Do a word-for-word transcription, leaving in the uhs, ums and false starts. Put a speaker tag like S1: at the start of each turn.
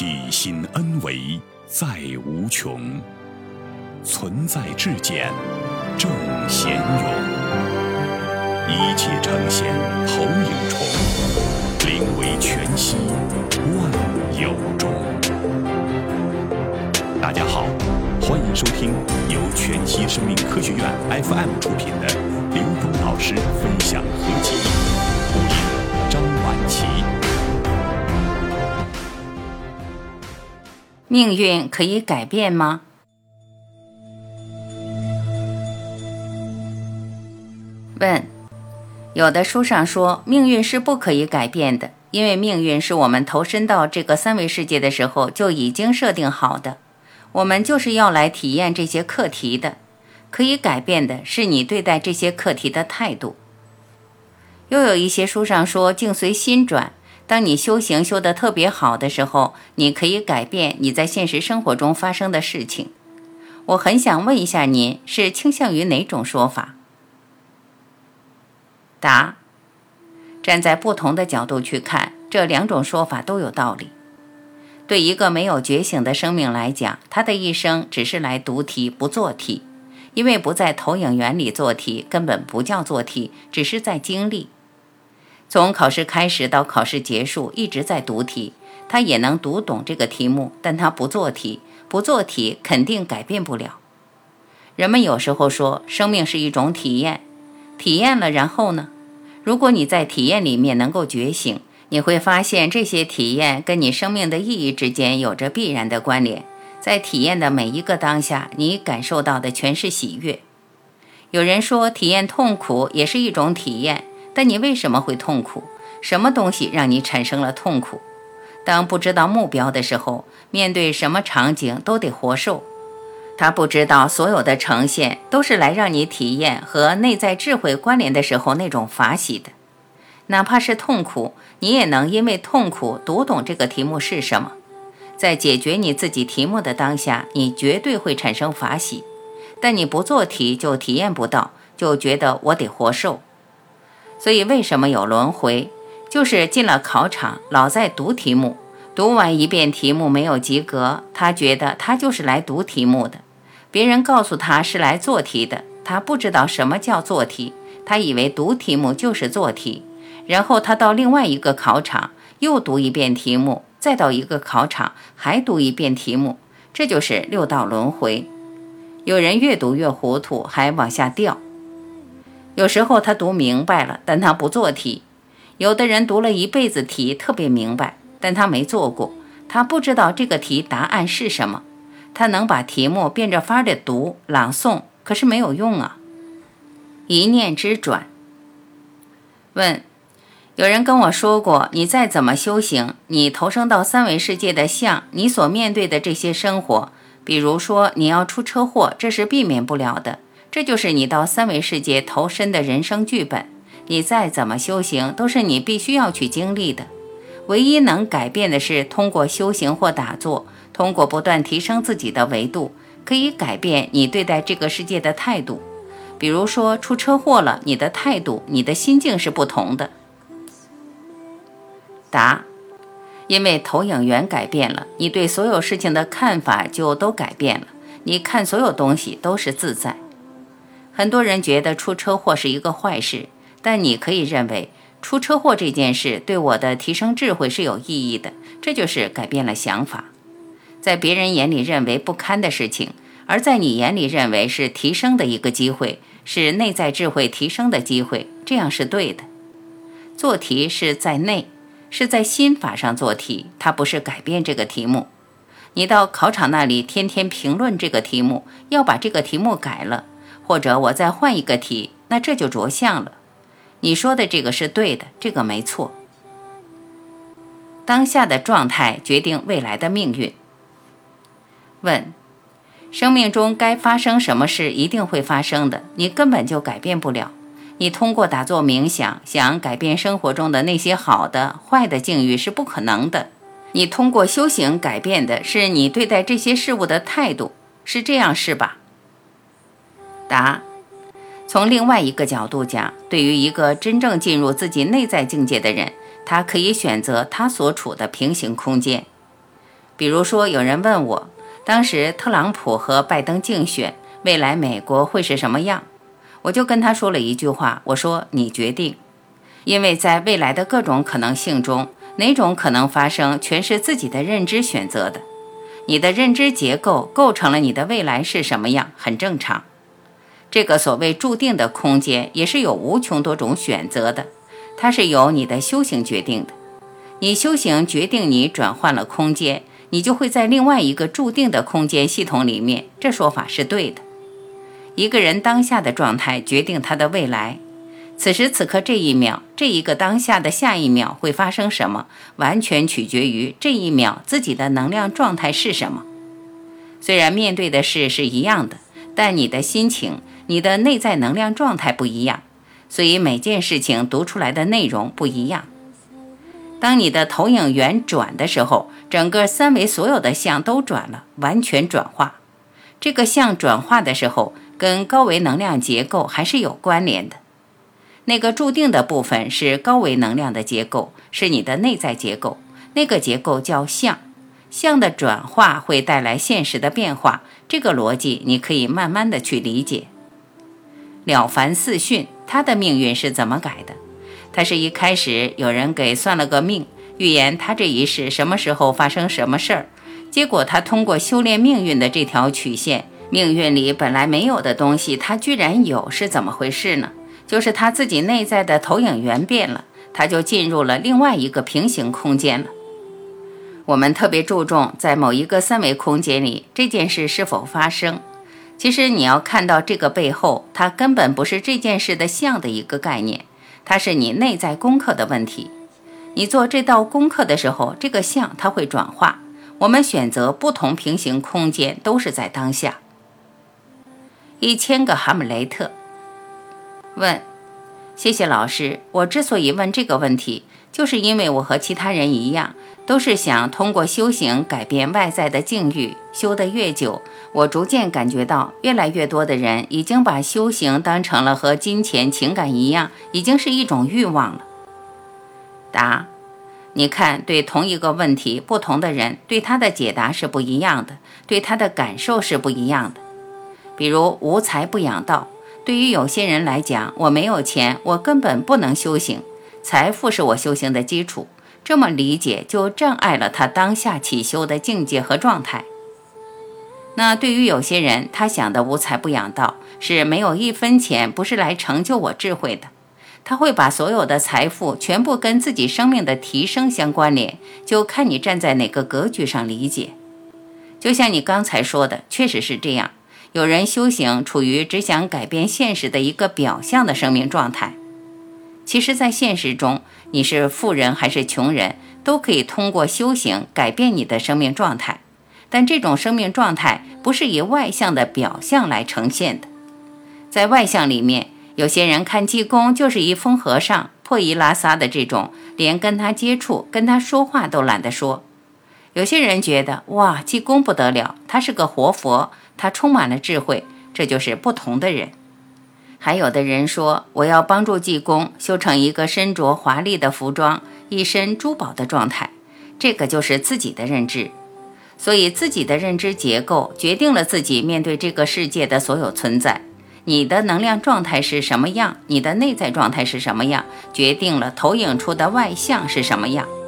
S1: 体心恩为在无穷，存在至简正贤勇。一切呈现投影重，灵为全息万有中。大家好，欢迎收听由全息生命科学院 F M 出品的刘峰老师分享合集，播音张晚琪。
S2: 命运可以改变吗？问：有的书上说命运是不可以改变的，因为命运是我们投身到这个三维世界的时候就已经设定好的，我们就是要来体验这些课题的，可以改变的是你对待这些课题的态度。又有一些书上说境随心转，当你修行修得特别好的时候，你可以改变你在现实生活中发生的事情。我很想问一下您，是倾向于哪种说法？答：站在不同的角度去看，这两种说法都有道理。对一个没有觉醒的生命来讲，他的一生只是来读题不做题，因为不在投影原理做题根本不叫做题，只是在经历。从考试开始到考试结束一直在读题，他也能读懂这个题目，但他不做题，不做题肯定改变不了。人们有时候说生命是一种体验，体验了然后呢？如果你在体验里面能够觉醒，你会发现这些体验跟你生命的意义之间有着必然的关联。在体验的每一个当下，你感受到的全是喜悦。有人说体验痛苦也是一种体验，但你为什么会痛苦？什么东西让你产生了痛苦？当不知道目标的时候，面对什么场景都得活受。他不知道所有的呈现都是来让你体验和内在智慧关联的时候那种法喜的。哪怕是痛苦，你也能因为痛苦读懂这个题目是什么。在解决你自己题目的当下，你绝对会产生法喜，但你不做题就体验不到，就觉得我得活受。所以为什么有轮回？就是进了考场老在读题目，读完一遍题目没有及格，他觉得他就是来读题目的。别人告诉他是来做题的，他不知道什么叫做题，他以为读题目就是做题。然后他到另外一个考场又读一遍题目，再到一个考场还读一遍题目，这就是六道轮回。有人越读越糊涂，还往下掉。有时候他读明白了，但他不做题。有的人读了一辈子题特别明白，但他没做过，他不知道这个题答案是什么。他能把题目变着法的读朗诵，可是没有用啊。一念之转。问：有人跟我说过，你再怎么修行，你投生到三维世界的相，你所面对的这些生活，比如说你要出车祸，这是避免不了的，这就是你到三维世界投身的人生剧本。你再怎么修行，都是你必须要去经历的。唯一能改变的是通过修行或打坐，通过不断提升自己的维度，可以改变你对待这个世界的态度。比如说出车祸了，你的态度，你的心境是不同的。答：因为投影源改变了，你对所有事情的看法就都改变了，你看所有东西都是自在。很多人觉得出车祸是一个坏事，但你可以认为出车祸这件事对我的提升智慧是有意义的，这就是改变了想法。在别人眼里认为不堪的事情，而在你眼里认为是提升的一个机会，是内在智慧提升的机会，这样是对的。做题是在内，是在心法上做题，它不是改变这个题目。你到考场那里天天评论这个题目，要把这个题目改了，或者我再换一个题，那这就着相了。你说的这个是对的，这个没错。当下的状态决定未来的命运。问：生命中该发生什么事一定会发生的，你根本就改变不了。你通过打坐冥想想改变生活中的那些好的坏的境遇是不可能的。你通过修行改变的是你对待这些事物的态度，是这样是吧？答：从另外一个角度讲，对于一个真正进入自己内在境界的人，他可以选择他所处的平行空间。 比如说有人问我，当时特朗普和拜登竞选，未来美国会是什么样？我就跟他说了一句话，我说你决定。因为在未来的各种可能性中，哪种可能发生全是自己的认知选择的。你的认知结构构成了你的未来是什么样，很正常。这个所谓注定的空间也是有无穷多种选择的，它是由你的修行决定的。你修行决定你转换了空间，你就会在另外一个注定的空间系统里面，这说法是对的。一个人当下的状态决定他的未来，此时此刻这一秒，这一个当下的下一秒会发生什么，完全取决于这一秒自己的能量状态是什么。虽然面对的事是一样的，但你的心情，你的内在能量状态不一样，所以每件事情读出来的内容不一样。当你的投影源转的时候，整个三维所有的相都转了，完全转化。这个相转化的时候，跟高维能量结构还是有关联的。那个注定的部分是高维能量的结构，是你的内在结构，那个结构叫相。相的转化会带来现实的变化，这个逻辑你可以慢慢的去理解。了凡四训，他的命运是怎么改的？他是一开始有人给算了个命，预言他这一世什么时候发生什么事儿，结果他通过修炼命运的这条曲线，命运里本来没有的东西他居然有，是怎么回事呢？就是他自己内在的投影源变了，他就进入了另外一个平行空间了。我们特别注重在某一个三维空间里这件事是否发生，其实你要看到这个背后，它根本不是这件事的像的一个概念，它是你内在功课的问题。你做这道功课的时候，这个像它会转化。我们选择不同平行空间都是在当下。一千个哈姆雷特问，谢谢老师，我之所以问这个问题，就是因为我和其他人一样，都是想通过修行改变外在的境遇。修得越久，我逐渐感觉到越来越多的人已经把修行当成了和金钱情感一样，已经是一种欲望了。答，你看，对同一个问题，不同的人对他的解答是不一样的，对他的感受是不一样的。比如无财不养道，对于有些人来讲，我没有钱，我根本不能修行，财富是我修行的基础，这么理解就障碍了他当下起修的境界和状态。那对于有些人，他想的无财不养道，是没有一分钱不是来成就我智慧的，他会把所有的财富全部跟自己生命的提升相关联，就看你站在哪个格局上理解。就像你刚才说的，确实是这样，有人修行处于只想改变现实的一个表象的生命状态，其实在现实中，你是富人还是穷人，都可以通过修行改变你的生命状态，但这种生命状态不是以外向的表象来呈现的。在外向里面，有些人看济公就是一疯和尚，破衣拉撒的这种，连跟他接触跟他说话都懒得说。有些人觉得，哇，济公不得了，他是个活佛，他充满了智慧，这就是不同的人。还有的人说，我要帮助济公修成一个身着华丽的服装，一身珠宝的状态，这个就是自己的认知。所以自己的认知结构决定了自己面对这个世界的所有存在。你的能量状态是什么样，你的内在状态是什么样，决定了投影出的外象是什么样。